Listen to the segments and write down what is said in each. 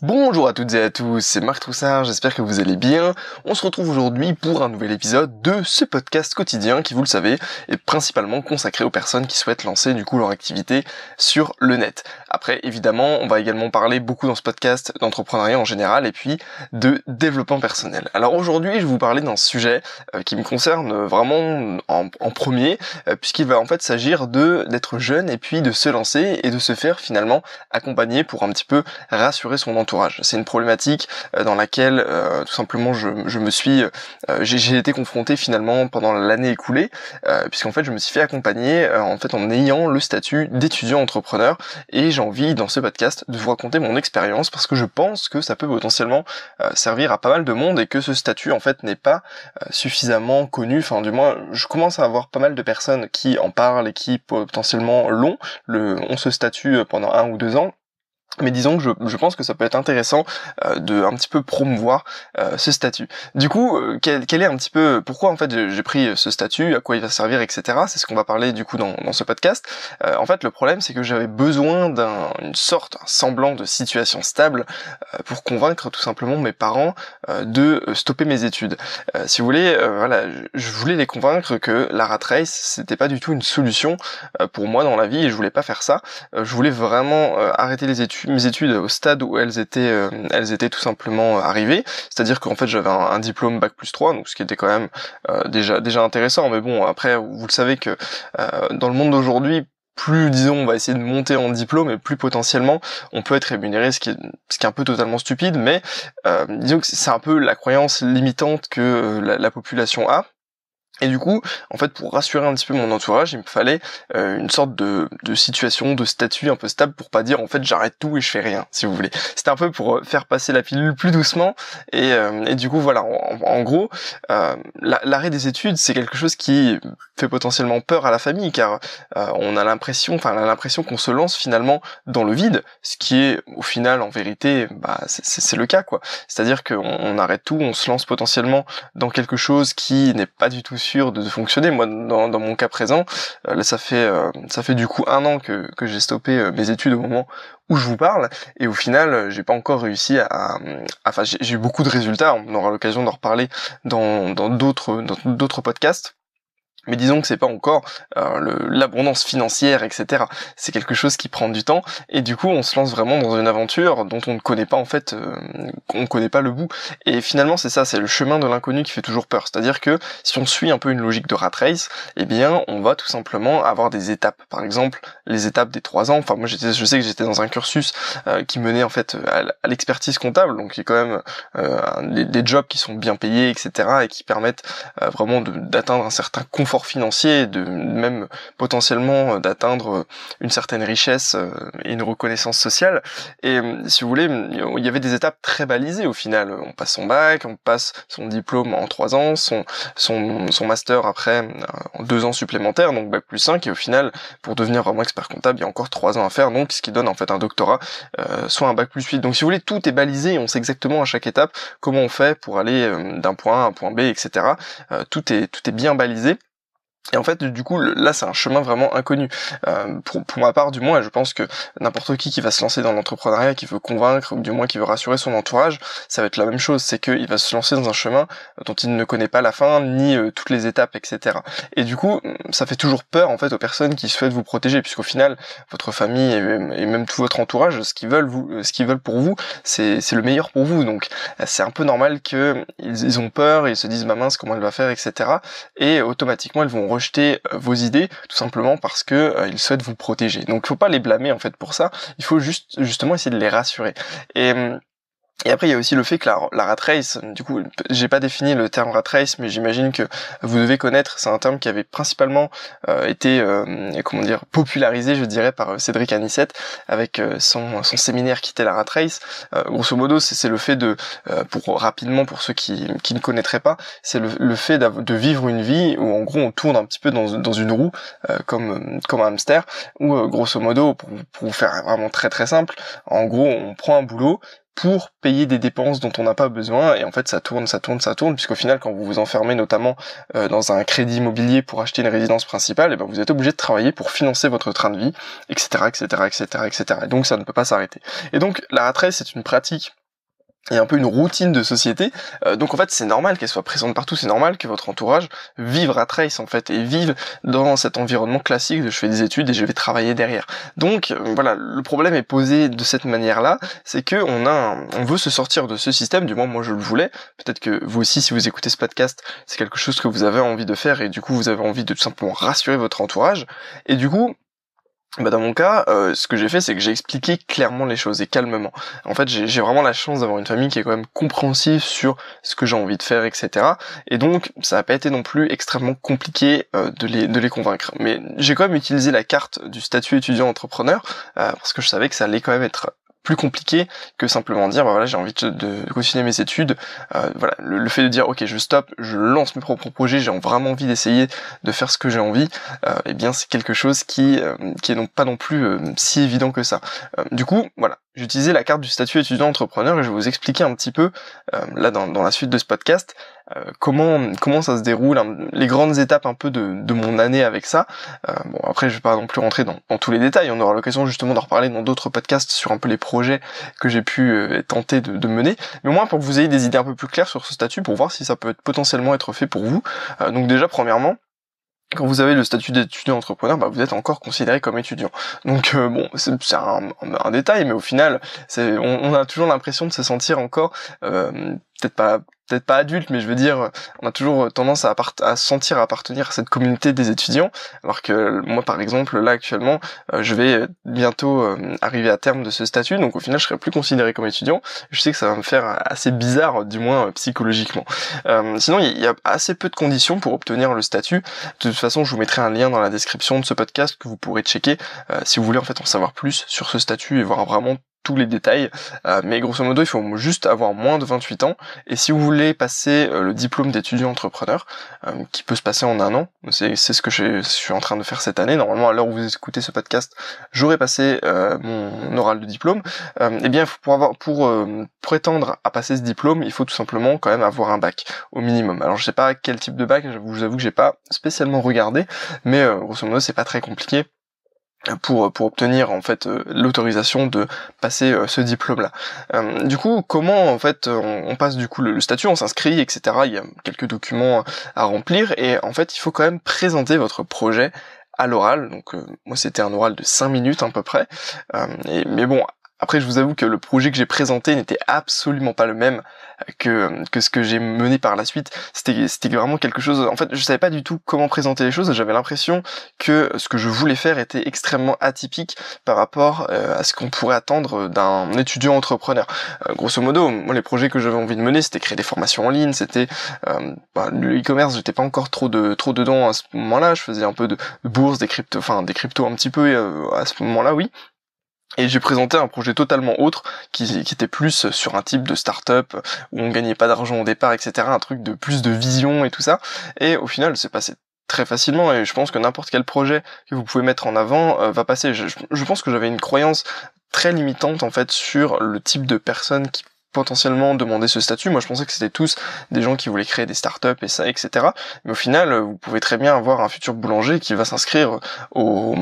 Bonjour à toutes et à tous, c'est Marc Troussard, j'espère que vous allez bien. On se retrouve aujourd'hui pour un nouvel épisode de ce podcast quotidien qui, vous le savez, est principalement consacré aux personnes qui souhaitent lancer du coup leur activité sur le net. Après, évidemment, on va également parler beaucoup dans ce podcast d'entrepreneuriat en général et puis de développement personnel. Alors aujourd'hui, je vais vous parler d'un sujet qui me concerne vraiment en premier, puisqu'il va en fait s'agir d'être jeune et puis de se lancer et de se faire finalement accompagner pour un petit peu rassurer son entourage. C'est une problématique dans laquelle tout simplement j'ai été confronté finalement pendant l'année écoulée, puisqu'en fait je me suis fait accompagner en ayant le statut d'étudiant entrepreneur, et j'ai envie dans ce podcast de vous raconter mon expérience parce que je pense que ça peut potentiellement servir à pas mal de monde et que ce statut en fait n'est pas suffisamment connu, enfin du moins je commence à avoir pas mal de personnes qui en parlent et qui potentiellement ont ce statut pendant 1 ou 2 ans. Mais disons que je pense que ça peut être intéressant de un petit peu promouvoir ce statut. Du coup, quel est un petit peu pourquoi en fait j'ai pris ce statut, à quoi il va servir, etc. C'est ce qu'on va parler du coup dans ce podcast. En fait, le problème c'est que j'avais besoin un semblant de situation stable pour convaincre tout simplement mes parents de stopper mes études. Si vous voulez, voilà, je voulais les convaincre que la rat race c'était pas du tout une solution pour moi dans la vie et je voulais pas faire ça. Je voulais vraiment arrêter mes études au stade où elles étaient tout simplement arrivées, c'est-à-dire qu'en fait j'avais un diplôme bac+3, donc ce qui était quand même déjà intéressant, mais bon après vous le savez que dans le monde d'aujourd'hui, plus disons on va essayer de monter en diplôme et plus potentiellement on peut être rémunéré, ce qui est un peu totalement stupide, mais disons que c'est un peu la croyance limitante que la population a. Et du coup, en fait, pour rassurer un petit peu mon entourage, il me fallait une sorte de situation, de statut un peu stable pour pas dire en fait j'arrête tout et je fais rien, si vous voulez. C'était un peu pour faire passer la pilule plus doucement et du coup voilà, en gros, l'arrêt des études c'est quelque chose qui fait potentiellement peur à la famille car on a l'impression qu'on se lance finalement dans le vide, ce qui est au final en vérité, c'est le cas quoi. C'est-à-dire qu'on arrête tout, on se lance potentiellement dans quelque chose qui n'est pas du tout sûr de fonctionner. Moi dans mon cas présent, là ça fait du coup 1 an que j'ai stoppé mes études au moment où je vous parle, et au final j'ai pas encore réussi enfin j'ai eu beaucoup de résultats, on aura l'occasion d'en reparler dans d'autres podcasts. Mais disons que c'est pas encore l'abondance financière, etc. C'est quelque chose qui prend du temps, et du coup on se lance vraiment dans une aventure dont on ne connaît pas en fait, on connaît pas le bout. Et finalement c'est ça, c'est le chemin de l'inconnu qui fait toujours peur. C'est-à-dire que si on suit un peu une logique de rat race, eh bien on va tout simplement avoir des étapes. Par exemple les étapes des 3 ans. Enfin moi je sais que j'étais dans un cursus qui menait en fait à l'expertise comptable, donc il y a quand même des jobs qui sont bien payés, etc. et qui permettent vraiment d'atteindre un certain confort financier, de même potentiellement d'atteindre une certaine richesse et une reconnaissance sociale. Et si vous voulez, il y avait des étapes très balisées au final. On passe son bac, on passe son diplôme en 3 ans, son master après en 2 ans supplémentaires, donc bac+5, et au final, pour devenir vraiment expert comptable, il y a encore 3 ans à faire, donc ce qui donne en fait un doctorat, soit un bac+8. Donc si vous voulez, tout est balisé, on sait exactement à chaque étape comment on fait pour aller d'un point A à un point B, etc. Tout est bien balisé. Et en fait, du coup, là, c'est un chemin vraiment inconnu. Pour ma part, du moins, et je pense que n'importe qui va se lancer dans l'entrepreneuriat, qui veut convaincre, ou du moins qui veut rassurer son entourage, ça va être la même chose. C'est qu'il va se lancer dans un chemin dont il ne connaît pas la fin, ni toutes les étapes, etc. Et du coup, ça fait toujours peur, en fait, aux personnes qui souhaitent vous protéger, puisqu'au final, votre famille et même tout votre entourage, ce qu'ils veulent pour vous, c'est le meilleur pour vous. Donc, c'est un peu normal que ils ont peur, et ils se disent, mince, comment elle va faire, etc. Et automatiquement, ils vont rejeter vos idées tout simplement parce que ils souhaitent vous protéger. Donc faut pas les blâmer en fait pour ça, il faut justement essayer de les rassurer. Et après il y a aussi le fait que la rat race, du coup j'ai pas défini le terme rat race, mais j'imagine que vous devez connaître, c'est un terme qui avait principalement été popularisé, je dirais, par Cédric Anissette avec son séminaire qui était la rat race. Grosso modo c'est le fait pour ceux qui ne connaîtraient pas, c'est le fait de vivre une vie où en gros on tourne un petit peu dans une roue comme un hamster, où grosso modo pour vous faire vraiment très très simple, en gros on prend un boulot pour payer des dépenses dont on n'a pas besoin, et en fait ça tourne, puisqu'au final quand vous vous enfermez notamment dans un crédit immobilier pour acheter une résidence principale, et ben vous êtes obligé de travailler pour financer votre train de vie, etc., etc., etc., etc. Et donc ça ne peut pas s'arrêter. Et donc la rat race, c'est une pratique et un peu une routine de société, donc en fait c'est normal qu'elle soit présente partout, c'est normal que votre entourage vive rat race en fait, et vive dans cet environnement classique de je fais des études et je vais travailler derrière. Donc voilà, le problème est posé de cette manière-là, c'est que on veut se sortir de ce système, du moins moi je le voulais, peut-être que vous aussi si vous écoutez ce podcast, c'est quelque chose que vous avez envie de faire, et du coup vous avez envie de tout simplement rassurer votre entourage, et du coup dans mon cas, ce que j'ai fait, c'est que j'ai expliqué clairement les choses et calmement. En fait, j'ai vraiment la chance d'avoir une famille qui est quand même compréhensive sur ce que j'ai envie de faire, etc. Et donc, ça n'a pas été non plus extrêmement compliqué de les convaincre. Mais j'ai quand même utilisé la carte du statut étudiant-entrepreneur parce que je savais que ça allait quand même être plus compliqué que simplement dire voilà j'ai envie de continuer mes études, voilà le fait de dire ok je stoppe, je lance mes propres projets, j'ai vraiment envie d'essayer de faire ce que j'ai envie, eh bien c'est quelque chose qui est donc pas non plus si évident que ça. Du coup voilà, j'ai utilisé la carte du statut étudiant entrepreneur et je vais vous expliquer un petit peu là dans la suite de ce podcast comment ça se déroule, les grandes étapes un peu de mon année avec ça. Bon après je vais pas non plus rentrer dans tous les détails, on aura l'occasion justement d'en reparler dans d'autres podcasts sur un peu les projets que j'ai pu tenter de mener, mais au moins pour que vous ayez des idées un peu plus claires sur ce statut, pour voir si ça peut potentiellement être fait pour vous. Donc déjà premièrement, quand vous avez le statut d'étudiant entrepreneur, vous êtes encore considéré comme étudiant. Donc bon, c'est un détail, mais au final, on a toujours l'impression de se sentir encore peut-être pas adulte, mais je veux dire, on a toujours tendance à se sentir appartenir à cette communauté des étudiants, alors que moi par exemple là actuellement je vais bientôt arriver à terme de ce statut, donc au final je serai plus considéré comme étudiant. Je sais que ça va me faire assez bizarre, du moins psychologiquement. Sinon il y a assez peu de conditions pour obtenir le statut. De toute façon je vous mettrai un lien dans la description de ce podcast que vous pourrez checker si vous voulez en fait en savoir plus sur ce statut et voir vraiment tous les détails, mais grosso modo il faut juste avoir moins de 28 ans, et si vous voulez passer le diplôme d'étudiant entrepreneur, qui peut se passer en un an, c'est ce que je suis en train de faire cette année, normalement à l'heure où vous écoutez ce podcast, j'aurai passé mon oral de diplôme, et bien pour prétendre à passer ce diplôme, il faut tout simplement quand même avoir un bac, au minimum. Alors je sais pas quel type de bac, je vous avoue que j'ai pas spécialement regardé, mais grosso modo c'est pas très compliqué pour obtenir en fait l'autorisation de passer ce diplôme là. Du coup comment en fait on passe du coup le statut, on s'inscrit, etc. Il y a quelques documents à remplir, et en fait il faut quand même présenter votre projet à l'oral. Donc moi c'était un oral de 5 minutes à peu près, mais bon après je vous avoue que le projet que j'ai présenté n'était absolument pas le même que ce que j'ai mené par la suite. C'était vraiment quelque chose, en fait je savais pas du tout comment présenter les choses, j'avais l'impression que ce que je voulais faire était extrêmement atypique par rapport à ce qu'on pourrait attendre d'un étudiant entrepreneur. Grosso modo, moi les projets que j'avais envie de mener, c'était créer des formations en ligne, c'était le e-commerce, j'étais pas encore trop dedans à ce moment-là, je faisais un peu de bourse, des cryptos un petit peu à ce moment-là, oui. Et j'ai présenté un projet totalement autre, qui était plus sur un type de start-up, où on gagnait pas d'argent au départ, etc. Un truc de plus de vision et tout ça. Et au final, c'est passé très facilement, et je pense que n'importe quel projet que vous pouvez mettre en avant va passer. Je pense que j'avais une croyance très limitante en fait sur le type de personnes qui potentiellement demander ce statut. Moi je pensais que c'était tous des gens qui voulaient créer des startups et ça, etc. Mais au final vous pouvez très bien avoir un futur boulanger qui va s'inscrire au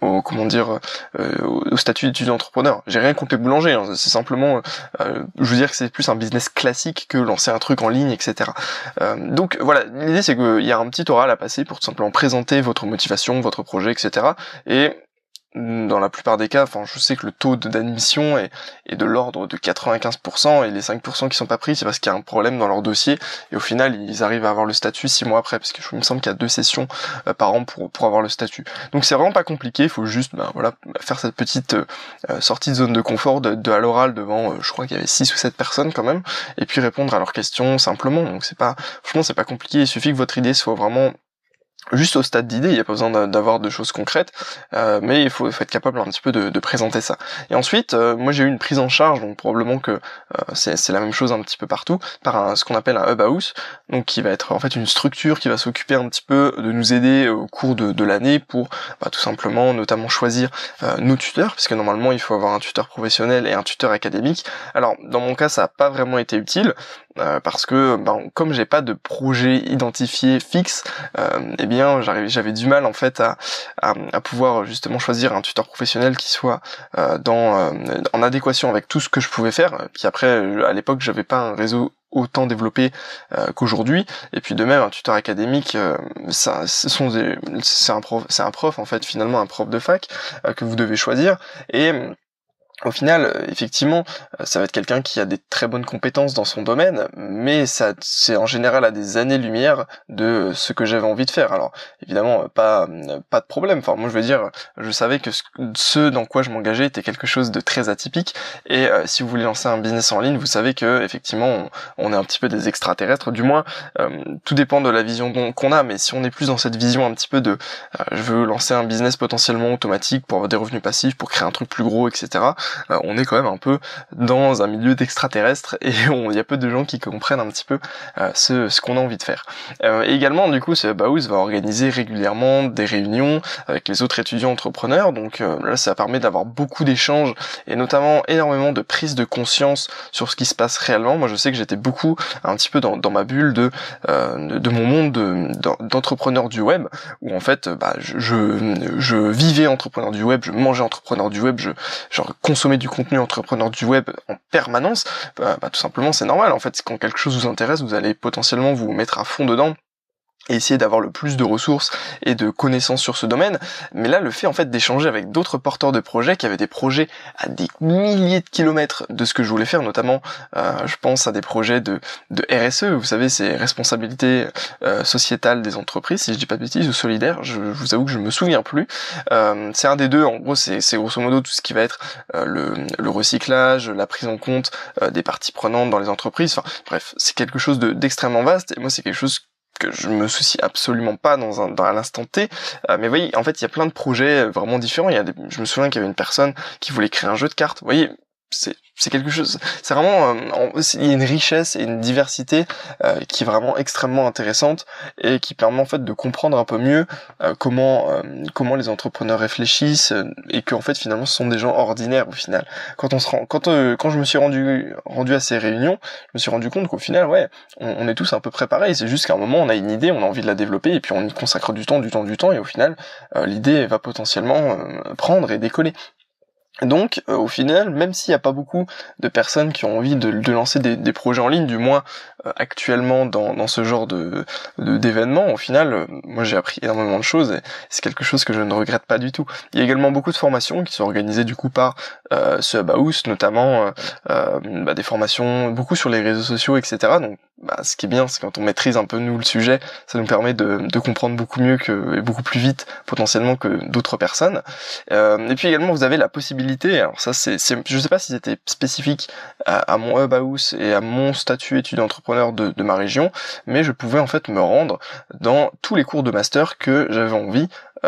statut d'étudiant entrepreneur. J'ai rien contre les boulangers, hein. C'est simplement je veux dire que c'est plus un business classique que lancer un truc en ligne, etc. Donc voilà, l'idée c'est qu'il y a un petit oral à passer pour tout simplement présenter votre motivation, votre projet, etc. Et dans la plupart des cas, je sais que le taux d'admission est de l'ordre de 95%, et les 5% qui sont pas pris, c'est parce qu'il y a un problème dans leur dossier, et au final, ils arrivent à avoir le statut 6 mois après, parce que il me semble qu'il y a 2 sessions par an pour avoir le statut. Donc c'est vraiment pas compliqué, il faut juste, faire cette petite sortie de zone de confort à l'oral devant, je crois qu'il y avait 6 ou 7 personnes quand même, et puis répondre à leurs questions simplement. Donc franchement, c'est pas compliqué, il suffit que votre idée soit vraiment juste au stade d'idée, il n'y a pas besoin d'avoir de choses concrètes, mais il faut être capable un petit peu de présenter ça. Et ensuite, moi j'ai eu une prise en charge, donc probablement que c'est la même chose un petit peu partout, par ce qu'on appelle un hub house, donc qui va être en fait une structure qui va s'occuper un petit peu de nous aider au cours de l'année pour tout simplement, notamment choisir nos tuteurs, puisque normalement il faut avoir un tuteur professionnel et un tuteur académique. Alors dans mon cas ça n'a pas vraiment été utile, parce que comme j'ai pas de projet identifié fixe, eh bien j'avais du mal en fait à pouvoir justement choisir un tuteur professionnel qui soit en adéquation avec tout ce que je pouvais faire. Puis après, à l'époque, j'avais pas un réseau autant développé qu'aujourd'hui, et puis de même un tuteur académique, c'est un prof en fait, finalement un prof de fac que vous devez choisir. Et au final, effectivement, ça va être quelqu'un qui a des très bonnes compétences dans son domaine, mais ça, c'est en général à des années-lumière de ce que j'avais envie de faire. Alors, évidemment, pas de problème. Enfin, moi, je veux dire, je savais que ce dans quoi je m'engageais était quelque chose de très atypique. Et si vous voulez lancer un business en ligne, vous savez que effectivement, on est un petit peu des extraterrestres. Du moins, tout dépend de la vision qu'on a. Mais si on est plus dans cette vision un petit peu de, je veux lancer un business potentiellement automatique pour avoir des revenus passifs, pour créer un truc plus gros, etc. On est quand même un peu dans un milieu d'extraterrestres et il y a peu de gens qui comprennent un petit peu ce qu'on a envie de faire. Et également, du coup, ce Hub House va organiser régulièrement des réunions avec les autres étudiants entrepreneurs, donc là ça permet d'avoir beaucoup d'échanges et notamment énormément de prise de conscience sur ce qui se passe réellement. Moi je sais que j'étais beaucoup un petit peu dans ma bulle de mon monde d'entrepreneur du web, où en fait je vivais entrepreneur du web, je mangeais entrepreneur du web, je consommer du contenu entrepreneur du web en permanence, tout simplement c'est normal. En fait, quand quelque chose vous intéresse, vous allez potentiellement vous mettre à fond dedans et essayer d'avoir le plus de ressources et de connaissances sur ce domaine. Mais là, le fait en fait d'échanger avec d'autres porteurs de projets qui avaient des projets à des milliers de kilomètres de ce que je voulais faire, notamment je pense à des projets de RSE, vous savez, c'est responsabilité sociétale des entreprises, si je dis pas de bêtises, ou solidaire, je vous avoue que je me souviens plus. C'est un des deux, en gros c'est grosso modo tout ce qui va être le recyclage, la prise en compte des parties prenantes dans les entreprises, enfin bref, c'est quelque chose d'extrêmement vaste, et moi c'est quelque chose que je me soucie absolument pas à l'instant T, mais vous voyez, en fait, il y a plein de projets vraiment différents. Je me souviens qu'il y avait une personne qui voulait créer un jeu de cartes. Vous voyez, c'est quelque chose, c'est vraiment, il y a une richesse et une diversité qui est vraiment extrêmement intéressante et qui permet en fait de comprendre un peu mieux comment les entrepreneurs réfléchissent et qu'en fait finalement ce sont des gens ordinaires au final. Quand je me suis rendu à ces réunions, je me suis rendu compte qu'au final on est tous un peu près pareils. C'est juste qu'à un moment on a une idée, on a envie de la développer et puis on y consacre du temps et au final l'idée va potentiellement prendre et décoller. Donc au final, même s'il n'y a pas beaucoup de personnes qui ont envie de lancer des projets en ligne, du moins actuellement dans ce genre d'événements, au final, moi j'ai appris énormément de choses et c'est quelque chose que je ne regrette pas du tout. Il y a également beaucoup de formations qui sont organisées du coup par ce Hub House, notamment des formations beaucoup sur les réseaux sociaux, etc. Donc ce qui est bien, c'est quand on maîtrise un peu nous le sujet, ça nous permet de comprendre beaucoup mieux et beaucoup plus vite potentiellement que d'autres personnes. Et puis également vous avez la possibilité, alors ça je sais pas si c'était spécifique à mon Hub House et à mon statut étudiant entrepreneur de ma région, mais je pouvais en fait me rendre dans tous les cours de master que j'avais envie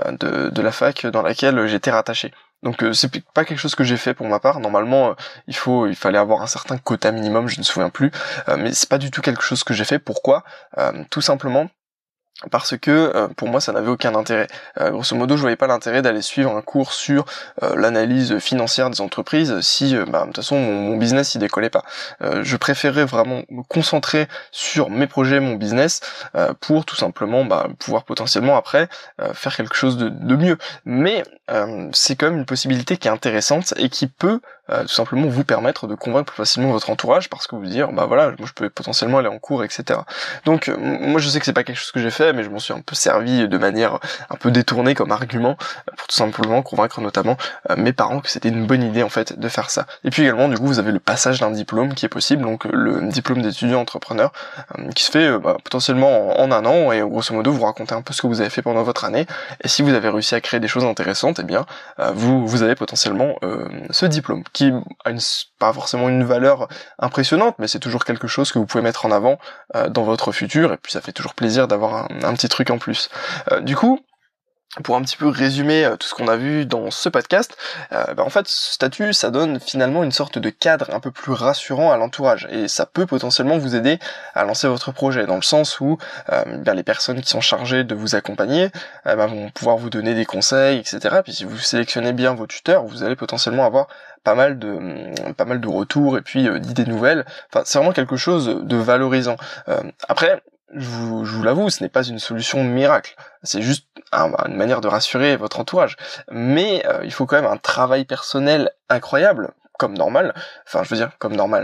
de la fac dans laquelle j'étais rattaché. Donc c'est pas quelque chose que j'ai fait pour ma part. Normalement il fallait avoir un certain quota minimum, je ne me souviens plus, mais c'est pas du tout quelque chose que j'ai fait. Pourquoi ? Tout simplement parce que pour moi ça n'avait aucun intérêt. Grosso modo, je voyais pas l'intérêt d'aller suivre un cours sur l'analyse financière des entreprises si de toute façon mon business il décollait pas. Je préférais vraiment me concentrer sur mes projets, mon business, pour tout simplement pouvoir potentiellement après faire quelque chose de mieux. Mais c'est quand même une possibilité qui est intéressante et qui peut tout simplement vous permettre de convaincre plus facilement votre entourage, parce que vous dire moi je peux potentiellement aller en cours, etc. Donc moi je sais que c'est pas quelque chose que j'ai fait, mais je m'en suis un peu servi de manière un peu détournée comme argument pour tout simplement convaincre notamment mes parents que c'était une bonne idée en fait de faire ça. Et puis également du coup vous avez le passage d'un diplôme qui est possible, donc le diplôme d'étudiant entrepreneur qui se fait potentiellement en un an, et grosso modo vous racontez un peu ce que vous avez fait pendant votre année, et si vous avez réussi à créer des choses intéressantes, eh bien vous avez potentiellement ce diplôme qui a pas forcément une valeur impressionnante, mais c'est toujours quelque chose que vous pouvez mettre en avant dans votre futur, et puis ça fait toujours plaisir d'avoir un petit truc en plus. Du coup, pour un petit peu résumer tout ce qu'on a vu dans ce podcast, en fait, ce statut, ça donne finalement une sorte de cadre un peu plus rassurant à l'entourage, et ça peut potentiellement vous aider à lancer votre projet, dans le sens où les personnes qui sont chargées de vous accompagner vont pouvoir vous donner des conseils, etc. Puis si vous sélectionnez bien vos tuteurs, vous allez potentiellement avoir pas mal de retours et puis d'idées nouvelles. Enfin, c'est vraiment quelque chose de valorisant. Après, je vous l'avoue, ce n'est pas une solution miracle. C'est juste une manière de rassurer votre entourage. Mais il faut quand même un travail personnel incroyable, comme normal. Enfin, je veux dire, comme normal.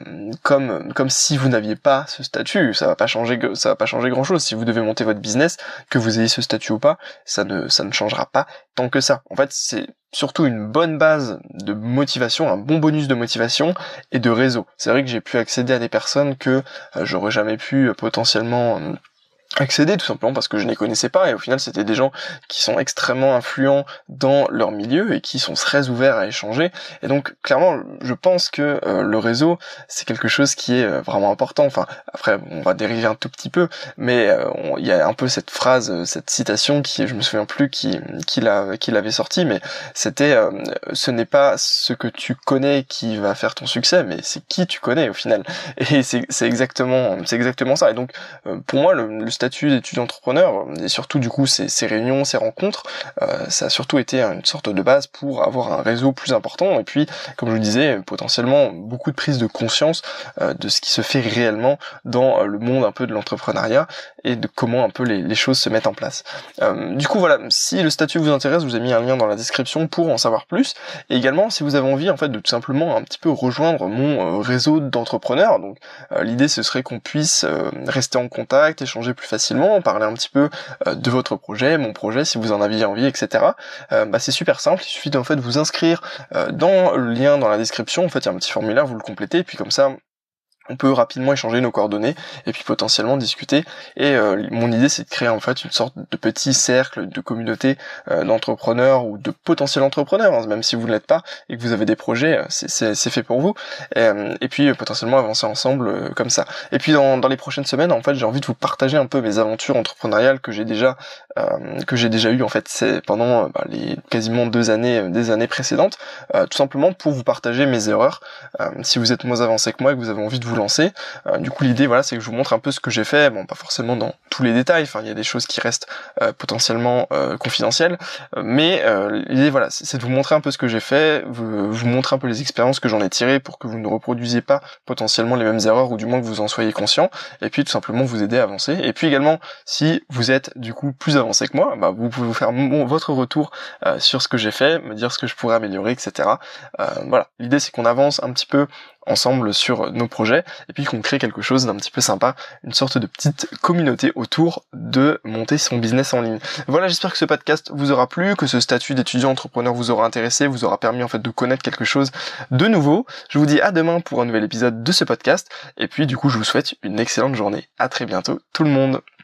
Comme si vous n'aviez pas ce statut, ça va pas changer grand chose. Si vous devez monter votre business, que vous ayez ce statut ou pas, ça ne changera pas tant que ça. En fait, c'est surtout une bonne base de motivation, un bon bonus de motivation et de réseau. C'est vrai que j'ai pu accéder à des personnes que j'aurais jamais pu potentiellement accéder, tout simplement parce que je ne les connaissais pas, et au final c'était des gens qui sont extrêmement influents dans leur milieu et qui sont très ouverts à échanger. Et donc clairement je pense que le réseau c'est quelque chose qui est vraiment important. Enfin après on va dériver un tout petit peu, mais il y a un peu cette phrase, cette citation qui, je me souviens plus qui l'avait sortie, mais c'était ce n'est pas ce que tu connais qui va faire ton succès, mais c'est qui tu connais au final. Et c'est exactement ça. Et donc pour moi le statut d'étudiant entrepreneur, et surtout du coup ces réunions, ces rencontres, ça a surtout été une sorte de base pour avoir un réseau plus important, et puis comme je vous disais, potentiellement beaucoup de prise de conscience de ce qui se fait réellement dans le monde un peu de l'entrepreneuriat, et de comment un peu les choses se mettent en place. Du coup voilà, si le statut vous intéresse, je vous ai mis un lien dans la description pour en savoir plus, et également si vous avez envie en fait de tout simplement un petit peu rejoindre mon réseau d'entrepreneurs. Donc l'idée ce serait qu'on puisse rester en contact, échanger plus facilement, parler un petit peu de votre projet, mon projet, si vous en aviez envie, etc. C'est super simple, il suffit d'en fait vous inscrire dans le lien dans la description. En fait il y a un petit formulaire, vous le complétez, et puis comme ça on peut rapidement échanger nos coordonnées et puis potentiellement discuter. Et mon idée c'est de créer en fait une sorte de petit cercle de communauté d'entrepreneurs ou de potentiels entrepreneurs, hein, même si vous ne l'êtes pas et que vous avez des projets, c'est fait pour vous. Et puis potentiellement avancer ensemble comme ça. Et puis dans les prochaines semaines, en fait, j'ai envie de vous partager un peu mes aventures entrepreneuriales que j'ai déjà eues en fait, c'est pendant les quasiment des années précédentes, tout simplement pour vous partager mes erreurs. Si vous êtes moins avancé que moi et que vous avez envie de vous lancer. Du coup l'idée voilà c'est que je vous montre un peu ce que j'ai fait, bon pas forcément dans tous les détails, enfin il y a des choses qui restent potentiellement confidentielles, mais l'idée voilà c'est de vous montrer un peu ce que j'ai fait, vous montrer un peu les expériences que j'en ai tirées pour que vous ne reproduisiez pas potentiellement les mêmes erreurs, ou du moins que vous en soyez conscient, et puis tout simplement vous aider à avancer. Et puis également si vous êtes du coup plus avancé que moi, vous pouvez vous faire votre retour sur ce que j'ai fait, me dire ce que je pourrais améliorer, etc. Voilà, l'idée c'est qu'on avance un petit peu ensemble sur nos projets, et puis qu'on crée quelque chose d'un petit peu sympa, une sorte de petite communauté autour de monter son business en ligne. Voilà, j'espère que ce podcast vous aura plu, que ce statut d'étudiant entrepreneur vous aura intéressé, vous aura permis en fait de connaître quelque chose de nouveau. Je vous dis à demain pour un nouvel épisode de ce podcast, et puis du coup je vous souhaite une excellente journée. À très bientôt tout le monde.